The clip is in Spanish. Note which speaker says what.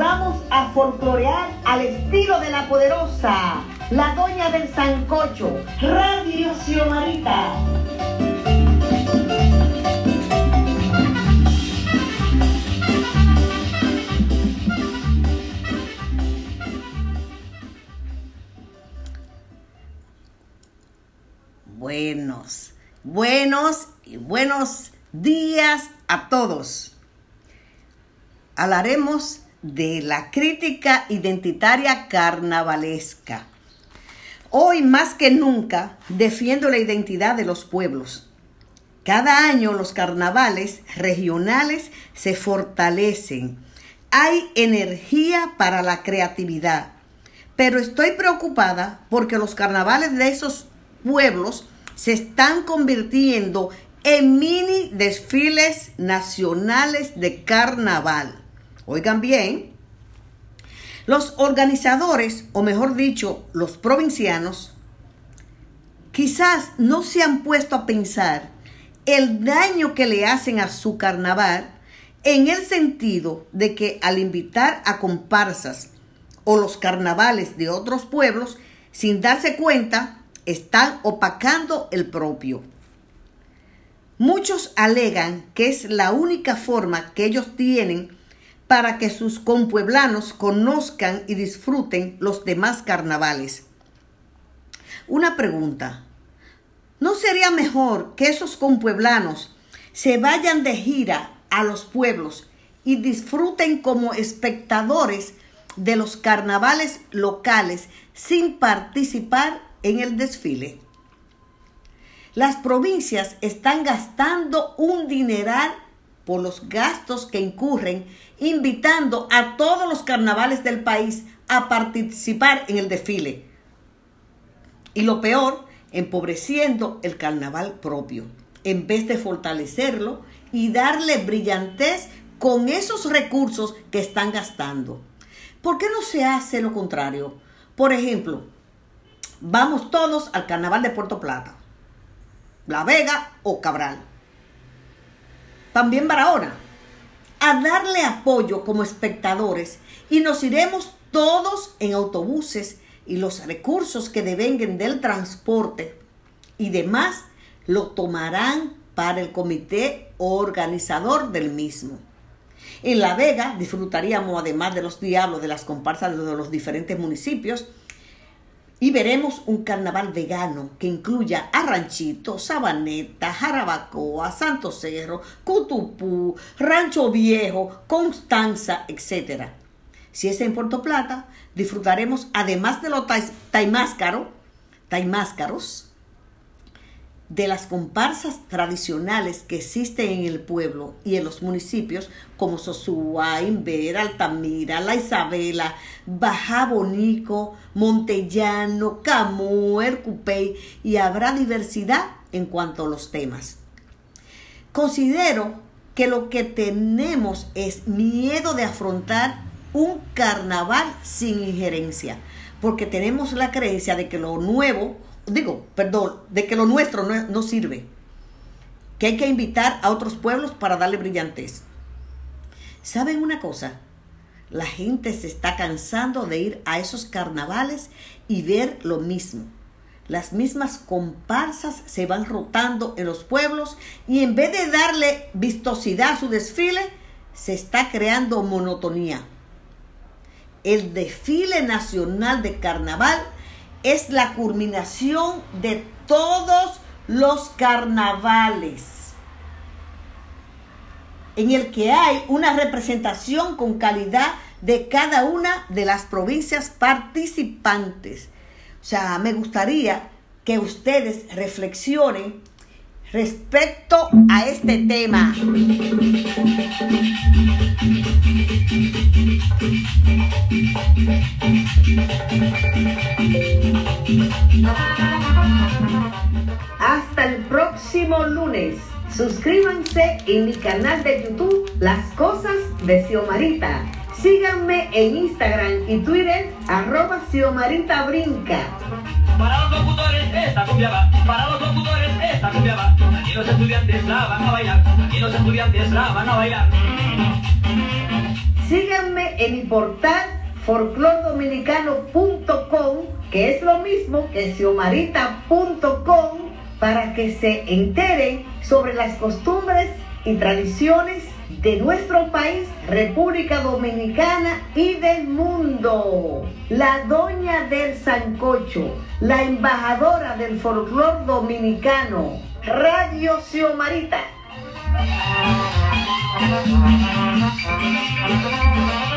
Speaker 1: vamos a folclorear al estilo de la poderosa, la doña del sancocho, Radio Xiomarita. Buenos días a todos. Hablaremos de la crítica identitaria carnavalesca. Hoy más que nunca defiendo la identidad de los pueblos. Cada año los carnavales regionales se fortalecen. Hay energía para la creatividad. Pero estoy preocupada porque los carnavales de esos pueblos se están convirtiendo en mini desfiles nacionales de carnaval. Oigan bien, los organizadores, o mejor dicho, los provincianos, quizás no se han puesto a pensar el daño que le hacen a su carnaval, en el sentido de que al invitar a comparsas o los carnavales de otros pueblos, sin darse cuenta, están opacando el propio. Muchos alegan que es la única forma que ellos tienen para que sus compueblanos conozcan y disfruten los demás carnavales. Una pregunta: ¿no sería mejor que esos compueblanos se vayan de gira a los pueblos y disfruten como espectadores de los carnavales locales sin participar en el desfile? Las provincias están gastando un dineral por los gastos que incurren invitando a todos los carnavales del país a participar en el desfile. Y lo peor, empobreciendo el carnaval propio, en vez de fortalecerlo y darle brillantez con esos recursos que están gastando. ¿Por qué no se hace lo contrario? Por ejemplo, vamos todos al carnaval de Puerto Plata, La Vega o Cabral, también Barahona, a darle apoyo como espectadores, y nos iremos todos en autobuses y los recursos que devengan del transporte y demás lo tomarán para el comité organizador del mismo. En La Vega disfrutaríamos, además de los diablos de las comparsas de los diferentes municipios, y veremos un carnaval vegano que incluya a Ranchito, Sabaneta, Jarabacoa, Santo Cerro, Cutupú, Rancho Viejo, Constanza, etc. Si es en Puerto Plata, disfrutaremos, además de los taimáscaros, de las comparsas tradicionales que existen en el pueblo y en los municipios como Sosúa, Invera, Altamira, La Isabela, Baja Bonico, Montellano, Camus, Ercupey, y habrá diversidad en cuanto a los temas. Considero que lo que tenemos es miedo de afrontar un carnaval sin injerencia, porque tenemos la creencia de que de que lo nuestro no sirve, que hay que invitar a otros pueblos para darle brillantez. ¿Saben una cosa? La gente se está cansando de ir a esos carnavales y ver lo mismo. Las mismas comparsas se van rotando en los pueblos y en vez de darle vistosidad a su desfile, se está creando monotonía. El desfile nacional de carnaval es la culminación de todos los carnavales, en el que hay una representación con calidad de cada una de las provincias participantes. O sea, me gustaría que ustedes reflexionen respecto a este tema. Hasta el próximo lunes. Suscríbanse en mi canal de YouTube, Las Cosas de Xiomarita. Síganme en Instagram y Twitter, @XiomaritaBrinca.
Speaker 2: Para los locutores esta cumbia va, para los locutores esta cumbia va. Aquí los estudiantes la van a bailar, aquí los estudiantes la van a bailar.
Speaker 1: síganme en mi portal folclordominicano.com, que es lo mismo que xiomarita.com, para que se enteren sobre las costumbres y tradiciones de nuestro país, República Dominicana, y del mundo. La doña del sancocho, la embajadora del folclor dominicano, Radio Xiomarita.